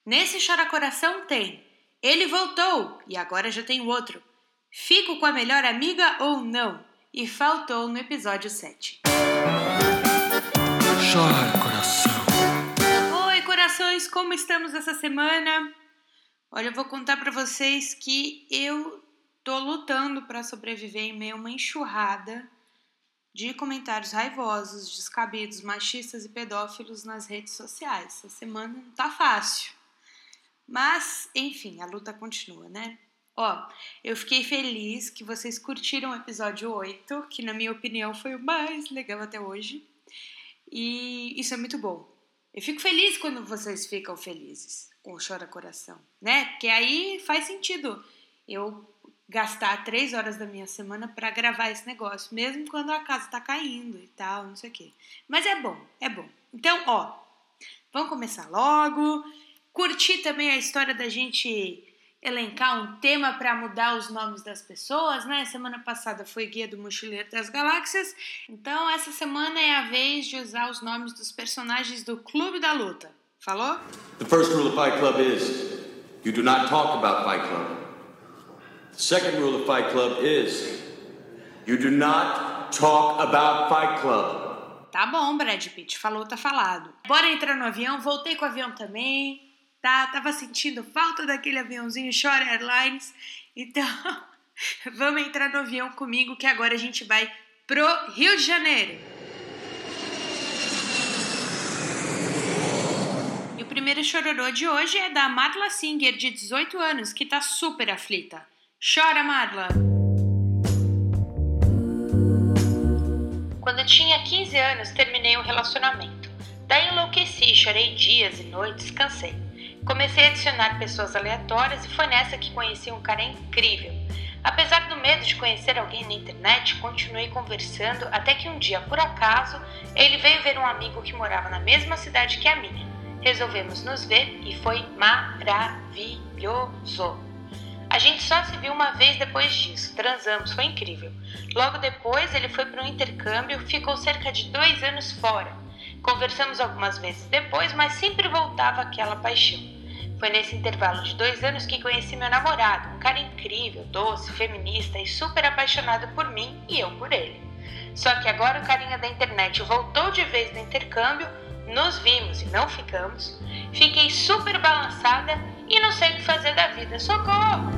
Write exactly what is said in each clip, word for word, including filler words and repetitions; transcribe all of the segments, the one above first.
Nesse Chora Coração tem Ele Voltou e agora já tem o outro. Fico com a melhor amiga ou não? E faltou no episódio sete. Chora Coração. Oi, corações, como estamos essa semana? Olha, eu vou contar pra vocês que eu tô lutando pra sobreviver em meio a uma enxurrada de comentários raivosos, descabidos, machistas e pedófilos nas redes sociais. Essa semana não tá fácil. Mas, enfim, a luta continua, né? Ó, eu fiquei feliz que vocês curtiram o episódio oito, que na minha opinião foi o mais legal até hoje. E isso é muito bom. Eu fico feliz quando vocês ficam felizes com o Chora Coração, né? Porque aí faz sentido eu gastar três horas da minha semana pra gravar esse negócio, mesmo quando a casa tá caindo e tal, não sei o quê. Mas é bom, é bom. Então, ó, vamos começar logo. Curti também a história da gente elencar um tema para mudar os nomes das pessoas, né? Semana passada foi Guia do Mochileiro das Galáxias, então essa semana é a vez de usar os nomes dos personagens do Clube da Luta. Falou? The first rule of Fight Club is you do not talk about Fight Club. The second rule of Fight Club is you do not talk about Fight Club. Tá bom, Brad Pitt, falou, tá falado. Bora entrar no avião, voltei com o avião também. Tá, tava sentindo falta daquele aviãozinho Chora Airlines, então vamos entrar no avião comigo que agora a gente vai pro Rio de Janeiro. E o primeiro chororô de hoje é da Marla Singer, de dezoito anos, que tá super aflita. Chora, Marla! Quando eu tinha quinze anos, terminei um relacionamento. Daí enlouqueci, chorei dias e noites, cansei. Comecei a adicionar pessoas aleatórias e foi nessa que conheci um cara incrível. Apesar do medo de conhecer alguém na internet, continuei conversando até que um dia, por acaso, ele veio ver um amigo que morava na mesma cidade que a minha. Resolvemos nos ver e foi maravilhoso. A gente só se viu uma vez depois disso, transamos, foi incrível. Logo depois ele foi para um intercâmbio, ficou cerca de dois anos fora. Conversamos algumas vezes depois, mas sempre voltava aquela paixão. Foi nesse intervalo de dois anos que conheci meu namorado, um cara incrível, doce, feminista e super apaixonado por mim e eu por ele. Só que agora o carinha da internet voltou de vez do intercâmbio, nos vimos e não ficamos. Fiquei super balançada e não sei o que fazer da vida. Socorro!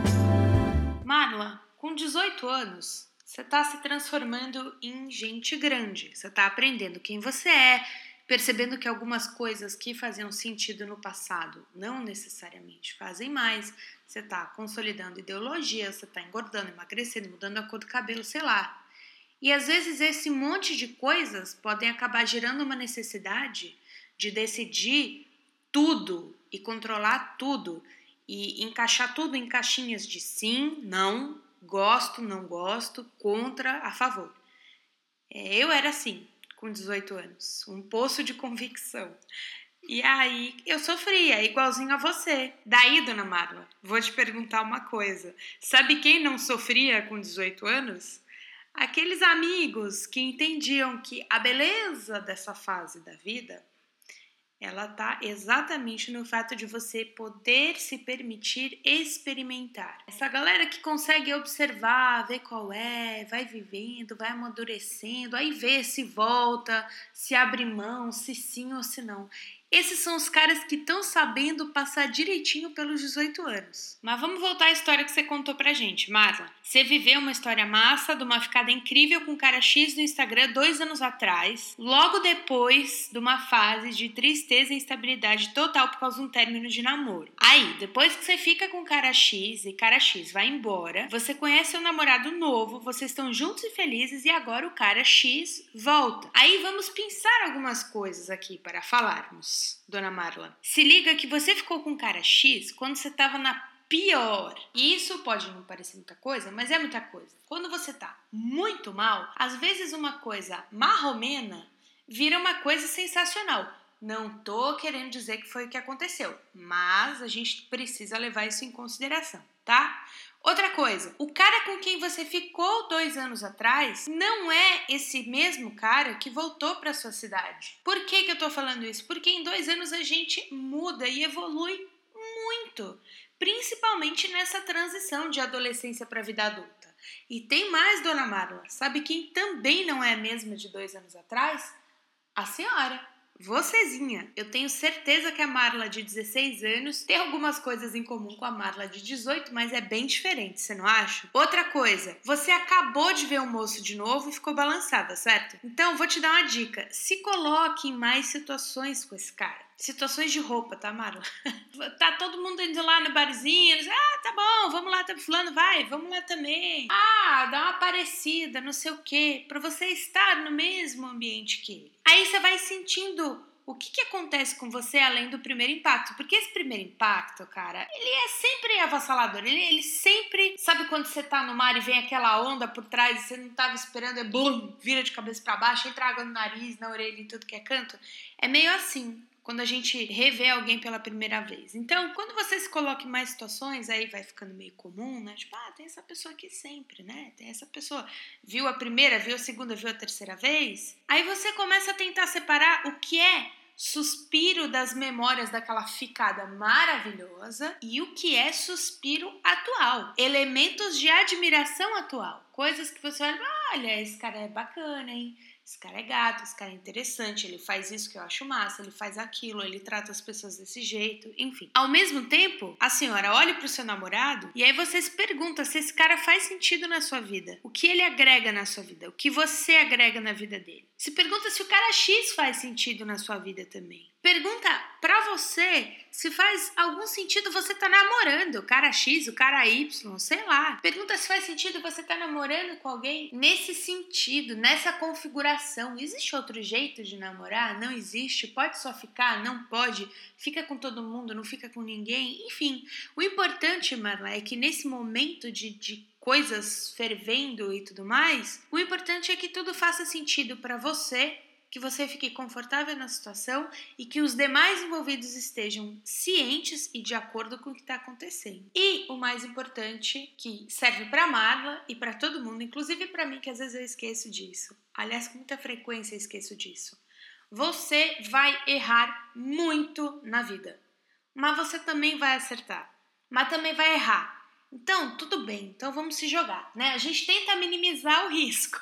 Marla, com dezoito anos, você está se transformando em gente grande. Você está aprendendo quem você é, percebendo que algumas coisas que faziam sentido no passado não necessariamente fazem mais. Você está consolidando ideologias, você está engordando, emagrecendo, mudando a cor do cabelo, sei lá. E às vezes esse monte de coisas podem acabar gerando uma necessidade de decidir tudo e controlar tudo e encaixar tudo em caixinhas de sim, não, gosto, não gosto, contra, a favor. É, eu era assim, com dezoito anos, um poço de convicção. E aí eu sofria, igualzinho a você. Daí, dona Marla, vou te perguntar uma coisa. Sabe quem não sofria com dezoito anos? Aqueles amigos que entendiam que a beleza dessa fase da vida, ela tá exatamente no fato de você poder se permitir experimentar. Essa galera que consegue observar, ver qual é, vai vivendo, vai amadurecendo, aí vê se volta, se abre mão, se sim ou se não. Esses são os caras que estão sabendo passar direitinho pelos dezoito anos. Mas vamos voltar à história que você contou pra gente, Marla. Você viveu uma história massa de uma ficada incrível com o cara X no Instagram dois anos atrás, logo depois de uma fase de tristeza e instabilidade total por causa de um término de namoro. Aí, depois que você fica com o cara X e cara X vai embora, você conhece um namorado novo, vocês estão juntos e felizes e agora o cara X volta. Aí vamos pensar algumas coisas aqui para falarmos. Dona Marla, se liga que você ficou com cara X quando você estava na pior. E isso pode não parecer muita coisa, mas é muita coisa. Quando você tá muito mal, às vezes uma coisa marromena vira uma coisa sensacional. Não tô querendo dizer que foi o que aconteceu, mas a gente precisa levar isso em consideração, tá? Outra coisa, o cara com quem você ficou dois anos atrás não é esse mesmo cara que voltou para sua cidade. Por que que eu tô falando isso? Porque em dois anos a gente muda e evolui muito, principalmente nessa transição de adolescência para a vida adulta. E tem mais, dona Marla, sabe quem também não é a mesma de dois anos atrás? A senhora. Vocezinha. Eu tenho certeza que a Marla de dezesseis anos tem algumas coisas em comum com a Marla de dezoito, mas é bem diferente, você não acha? Outra coisa, você acabou de ver o moço de novo e ficou balançada, certo? Então, vou te dar uma dica. Se coloque em mais situações com esse cara. Situações de roupa, tá, Marla? Tá todo mundo indo lá no barzinho, diz, ah, tá bom, vamos lá, tá fulano, vai, vamos lá também. Ah, dá uma parecida, não sei o quê, pra você estar no mesmo ambiente que ele. Aí você vai sentindo o que que acontece com você além do primeiro impacto, porque esse primeiro impacto, cara, ele é sempre avassalador, ele, ele sempre, sabe quando você tá no mar e vem aquela onda por trás e você não tava esperando, é blum, vira de cabeça pra baixo, entra água no nariz, na orelha, em tudo que é canto, é meio assim. Quando a gente revê alguém pela primeira vez. Então, quando você se coloca em mais situações, aí vai ficando meio comum, né? Tipo, ah, tem essa pessoa aqui sempre, né? Tem essa pessoa. Viu a primeira, viu a segunda, viu a terceira vez. Aí você começa a tentar separar o que é suspiro das memórias daquela ficada maravilhosa e o que é suspiro atual. Elementos de admiração atual. Coisas que você olha, olha, esse cara é bacana, hein? Esse cara é gato, esse cara é interessante, ele faz isso que eu acho massa, ele faz aquilo, ele trata as pessoas desse jeito, enfim. Ao mesmo tempo, a senhora olha pro seu namorado e aí você se pergunta se esse cara faz sentido na sua vida. O que ele agrega na sua vida, o que você agrega na vida dele. Se pergunta se o cara X faz sentido na sua vida também. Pergunta pra você se faz algum sentido você tá namorando o cara X, o cara Y, sei lá. Pergunta se faz sentido você tá namorando com alguém nesse sentido, nessa configuração. Existe outro jeito de namorar? Não existe? Pode só ficar? Não pode? Fica com todo mundo? Não fica com ninguém? Enfim, o importante, Marla, é que nesse momento de, de coisas fervendo e tudo mais, o importante é que tudo faça sentido pra você, que você fique confortável na situação e que os demais envolvidos estejam cientes e de acordo com o que está acontecendo. E o mais importante, que serve para Marla e para todo mundo, inclusive para mim, que às vezes eu esqueço disso. Aliás, com muita frequência eu esqueço disso. Você vai errar muito na vida, mas você também vai acertar, mas também vai errar. Então, tudo bem, então vamos se jogar, né? A gente tenta minimizar o risco.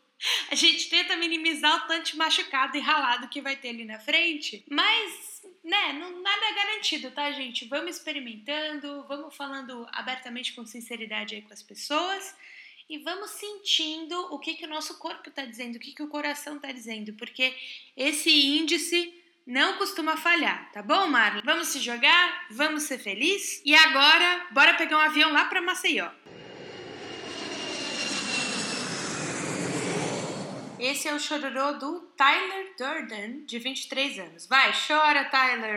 A gente tenta minimizar o tanto de machucado e ralado que vai ter ali na frente, mas, né, não, nada é garantido, tá, gente? Vamos experimentando, vamos falando abertamente com sinceridade aí com as pessoas e vamos sentindo o que, que o nosso corpo tá dizendo, o que, que o coração tá dizendo, porque esse índice não costuma falhar, tá bom, Marla? Vamos se jogar, vamos ser felizes e agora, bora pegar um avião lá pra Maceió. Esse é o chororô do Tyler Durden, de vinte e três anos. Vai, chora, Tyler!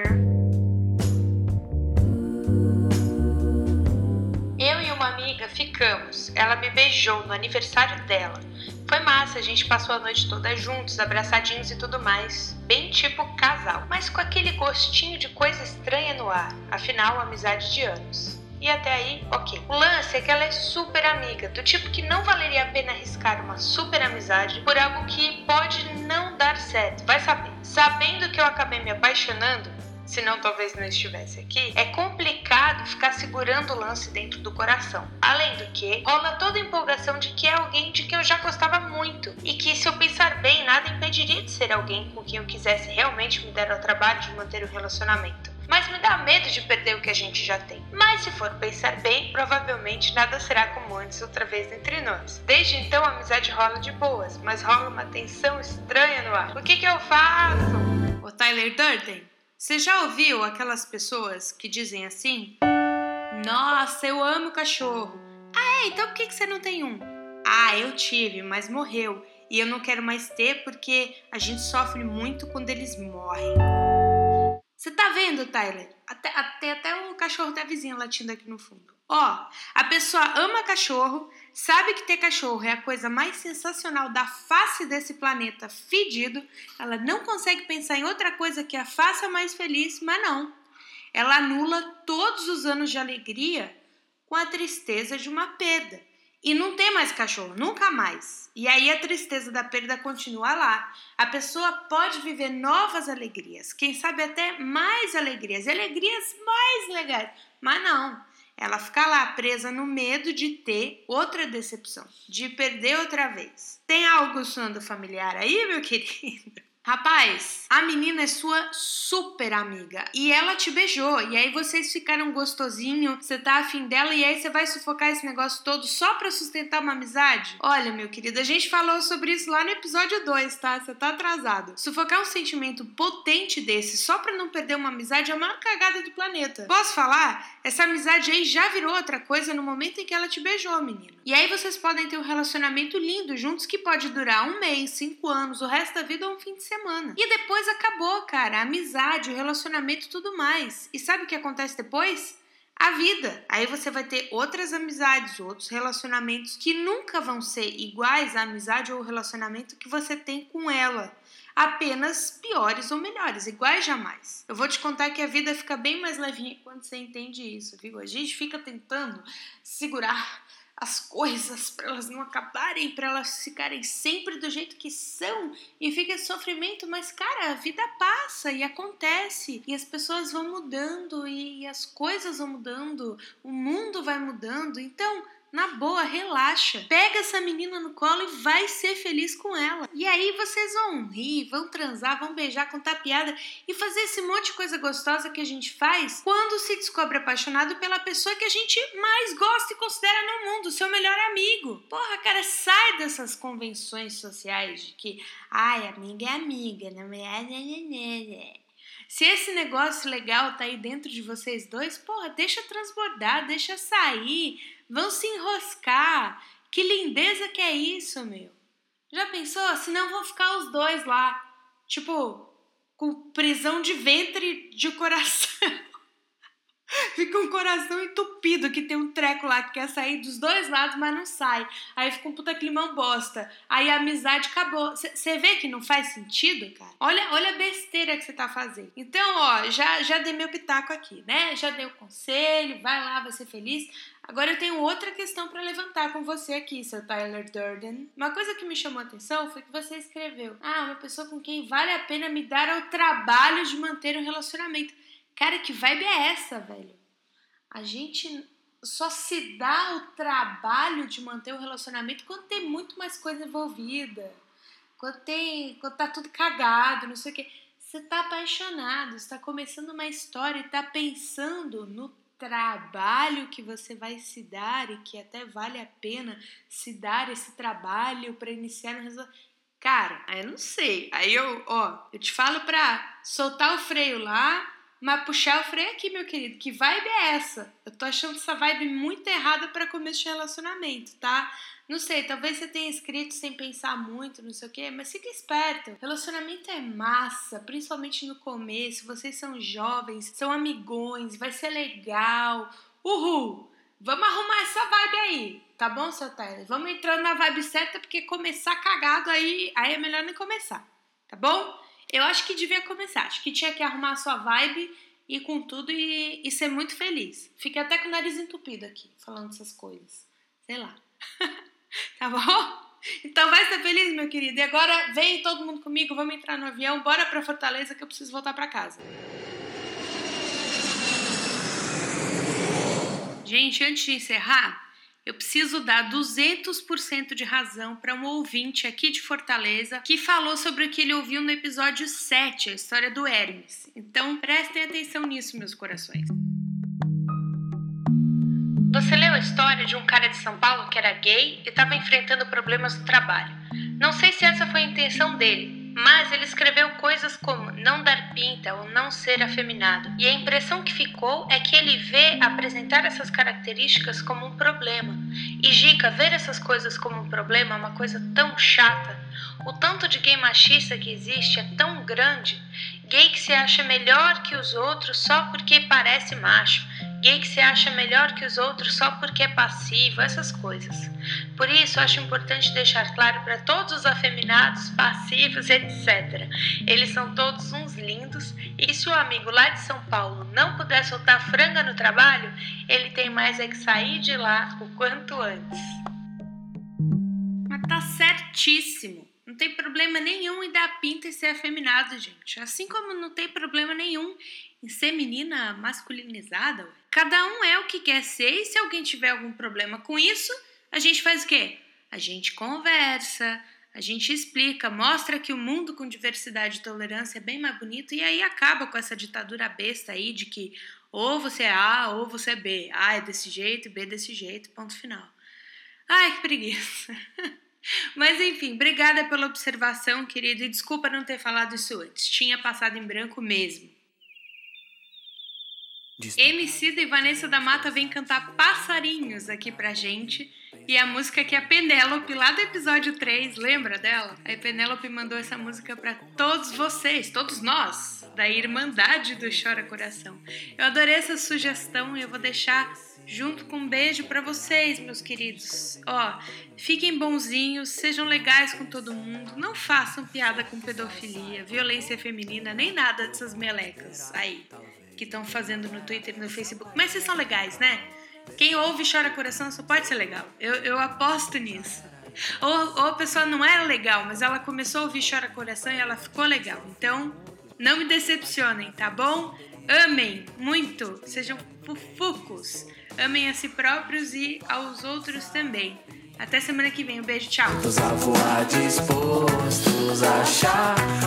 Eu e uma amiga ficamos. Ela me beijou no aniversário dela. Foi massa, a gente passou a noite toda juntos, abraçadinhos e tudo mais. Bem tipo casal, mas com aquele gostinho de coisa estranha no ar. Afinal, amizade de anos. E até aí, ok. O lance é que ela é super amiga, do tipo que não valeria a pena arriscar uma super amizade por algo que pode não dar certo. Vai saber. Sabendo que eu acabei me apaixonando, senão talvez não estivesse aqui, é complicado ficar segurando o lance dentro do coração. Além do que, rola toda a empolgação de que é alguém de quem eu já gostava muito e que, se eu pensar bem, nada impediria de ser alguém com quem eu quisesse realmente me dar ao trabalho de manter o relacionamento. Mas me dá medo de perder o que a gente já tem. Mas se for pensar bem, provavelmente nada será como antes outra vez entre nós. Desde então a amizade rola de boas, mas rola uma tensão estranha no ar. O que que eu faço? Ô Tyler Durden, você já ouviu aquelas pessoas que dizem assim? Nossa, eu amo cachorro. Ah, é? Então por que que você não tem um? Ah, eu tive, mas morreu. E eu não quero mais ter porque a gente sofre muito quando eles morrem. Você tá vendo, Tyler? Até, até, até o cachorro da vizinha latindo aqui no fundo. Ó, a pessoa ama cachorro, sabe que ter cachorro é a coisa mais sensacional da face desse planeta fedido. Ela não consegue pensar em outra coisa que a faça mais feliz, mas não. Ela anula todos os anos de alegria com a tristeza de uma perda. E não tem mais cachorro, nunca mais. E aí a tristeza da perda continua lá. A pessoa pode viver novas alegrias, quem sabe até mais alegrias, alegrias mais legais. Mas não, ela fica lá presa no medo de ter outra decepção, de perder outra vez. Tem algo soando familiar aí, meu querido? Rapaz, a menina é sua super amiga e ela te beijou e aí vocês ficaram gostosinho, você tá afim dela e aí você vai sufocar esse negócio todo só pra sustentar uma amizade? Olha, meu querido, a gente falou sobre isso lá no episódio dois, tá? Você tá atrasado. Sufocar um sentimento potente desse só pra não perder uma amizade é a maior cagada do planeta. Posso falar? Essa amizade aí já virou outra coisa no momento em que ela te beijou, menino. E aí vocês podem ter um relacionamento lindo juntos que pode durar um mês, cinco anos, o resto da vida ou um fim de semana. Semana. E depois acabou, cara, a amizade, o relacionamento, tudo mais. E sabe o que acontece depois? A vida. Aí você vai ter outras amizades, outros relacionamentos que nunca vão ser iguais à amizade ou relacionamento que você tem com ela. Apenas piores ou melhores, iguais jamais. Eu vou te contar que a vida fica bem mais levinha quando você entende isso, viu? A gente fica tentando segurar as coisas para elas não acabarem, para elas ficarem sempre do jeito que são e fica esse sofrimento, mas cara, a vida passa e acontece e as pessoas vão mudando e as coisas vão mudando, o mundo vai mudando, então na boa, relaxa. Pega essa menina no colo e vai ser feliz com ela. E aí vocês vão rir, vão transar, vão beijar, contar piada e fazer esse monte de coisa gostosa que a gente faz quando se descobre apaixonado pela pessoa que a gente mais gosta e considera no mundo, seu melhor amigo. Porra, cara, sai dessas convenções sociais de que, ai, amiga é amiga, não é... Se esse negócio legal tá aí dentro de vocês dois, porra, deixa transbordar, deixa sair, vão se enroscar. Que lindeza que é isso, meu. Já pensou? Senão vão ficar os dois lá, tipo, com prisão de ventre de coração. Fica um coração entupido que tem um treco lá que quer sair dos dois lados, mas não sai. Aí fica um puta climão bosta. Aí a amizade acabou. Você vê que não faz sentido, cara? Olha, olha a besteira que você tá fazendo. Então, ó, já, já dei meu pitaco aqui, né? Já dei o conselho, vai lá, vai ser feliz. Agora eu tenho outra questão pra levantar com você aqui, seu Tyler Durden. Uma coisa que me chamou a atenção foi que você escreveu: ah, uma pessoa com quem vale a pena me dar o trabalho de manter um relacionamento. Cara, que vibe é essa, velho? A gente só se dá o trabalho de manter o relacionamento quando tem muito mais coisa envolvida. Quando, tem, quando tá tudo cagado, não sei o quê. Você tá apaixonado, você tá começando uma história e tá pensando no trabalho que você vai se dar e que até vale a pena se dar esse trabalho pra iniciar no relacionamento. Cara, aí eu não sei. Aí eu, ó, eu te falo pra soltar o freio lá, mas puxar o freio aqui, meu querido. Que vibe é essa? Eu tô achando essa vibe muito errada pra começo de relacionamento, tá? Não sei, talvez você tenha escrito sem pensar muito, não sei o quê, mas fica esperto. Relacionamento é massa, principalmente no começo. Vocês são jovens, são amigões, vai ser legal. Uhul! Vamos arrumar essa vibe aí, tá bom, seu Tyler? Vamos entrando na vibe certa, porque começar cagado aí, aí é melhor nem começar, tá bom? Eu acho que devia começar, acho que tinha que arrumar a sua vibe, ir com tudo e, e ser muito feliz. Fiquei até com o nariz entupido aqui, falando essas coisas. Sei lá. Tá bom? Então vai ser feliz, meu querido. E agora vem todo mundo comigo, vamos entrar no avião, bora pra Fortaleza que eu preciso voltar pra casa. Gente, antes de encerrar, eu preciso dar duzentos por cento de razão para um ouvinte aqui de Fortaleza que falou sobre o que ele ouviu no episódio sete, a história do Hermes. Então prestem atenção nisso, meus corações. Você leu a história de um cara de São Paulo que era gay e estava enfrentando problemas no trabalho. Não sei se essa foi a intenção dele, Mas ele escreveu coisas como não dar pinta ou não ser afeminado. E a impressão que ficou é que ele vê apresentar essas características como um problema. E Gica, ver essas coisas como um problema é uma coisa tão chata. O tanto de gay machista que existe é tão grande. Gay que se acha melhor que os outros só porque parece macho. Gay que se acha melhor que os outros só porque é passivo, essas coisas. Por isso, acho importante deixar claro para todos os afeminados, passivos, etcétera. Eles são todos uns lindos e se o amigo lá de São Paulo não puder soltar franga no trabalho, ele tem mais é que sair de lá o quanto antes. Mas tá certíssimo. Não tem problema nenhum em dar pinta e ser afeminado, gente. Assim como não tem problema nenhum em ser menina masculinizada. Ué. Cada um é o que quer ser e se alguém tiver algum problema com isso, a gente faz o quê? A gente conversa, a gente explica, mostra que o mundo com diversidade e tolerância é bem mais bonito e aí acaba com essa ditadura besta aí de que ou você é A ou você é B. A é desse jeito, B é desse jeito, ponto final. Ai, que preguiça. Mas enfim, obrigada pela observação, querido, e desculpa não ter falado isso antes. Tinha passado em branco mesmo. Emicida e Vanessa da Mata vem cantar Passarinhos aqui pra gente. E a música que a Penélope, lá do episódio três, lembra dela? A Penélope mandou essa música pra todos vocês, todos nós, da Irmandade do Chora Coração. Eu adorei essa sugestão e eu vou deixar junto com um beijo pra vocês, meus queridos. Ó, fiquem bonzinhos, sejam legais com todo mundo, não façam piada com pedofilia, violência feminina, nem nada dessas melecas aí que estão fazendo no Twitter e no Facebook. Mas vocês são legais, né? Quem ouve e chora coração só pode ser legal. Eu, eu aposto nisso. Ou, ou a pessoa não era legal, mas ela começou a ouvir Chora Coração e ela ficou legal. Então, não me decepcionem, tá bom? Amem muito, sejam fufucos. Amem a si próprios e aos outros também. Até semana que vem. Um beijo, tchau. Dispostos a achar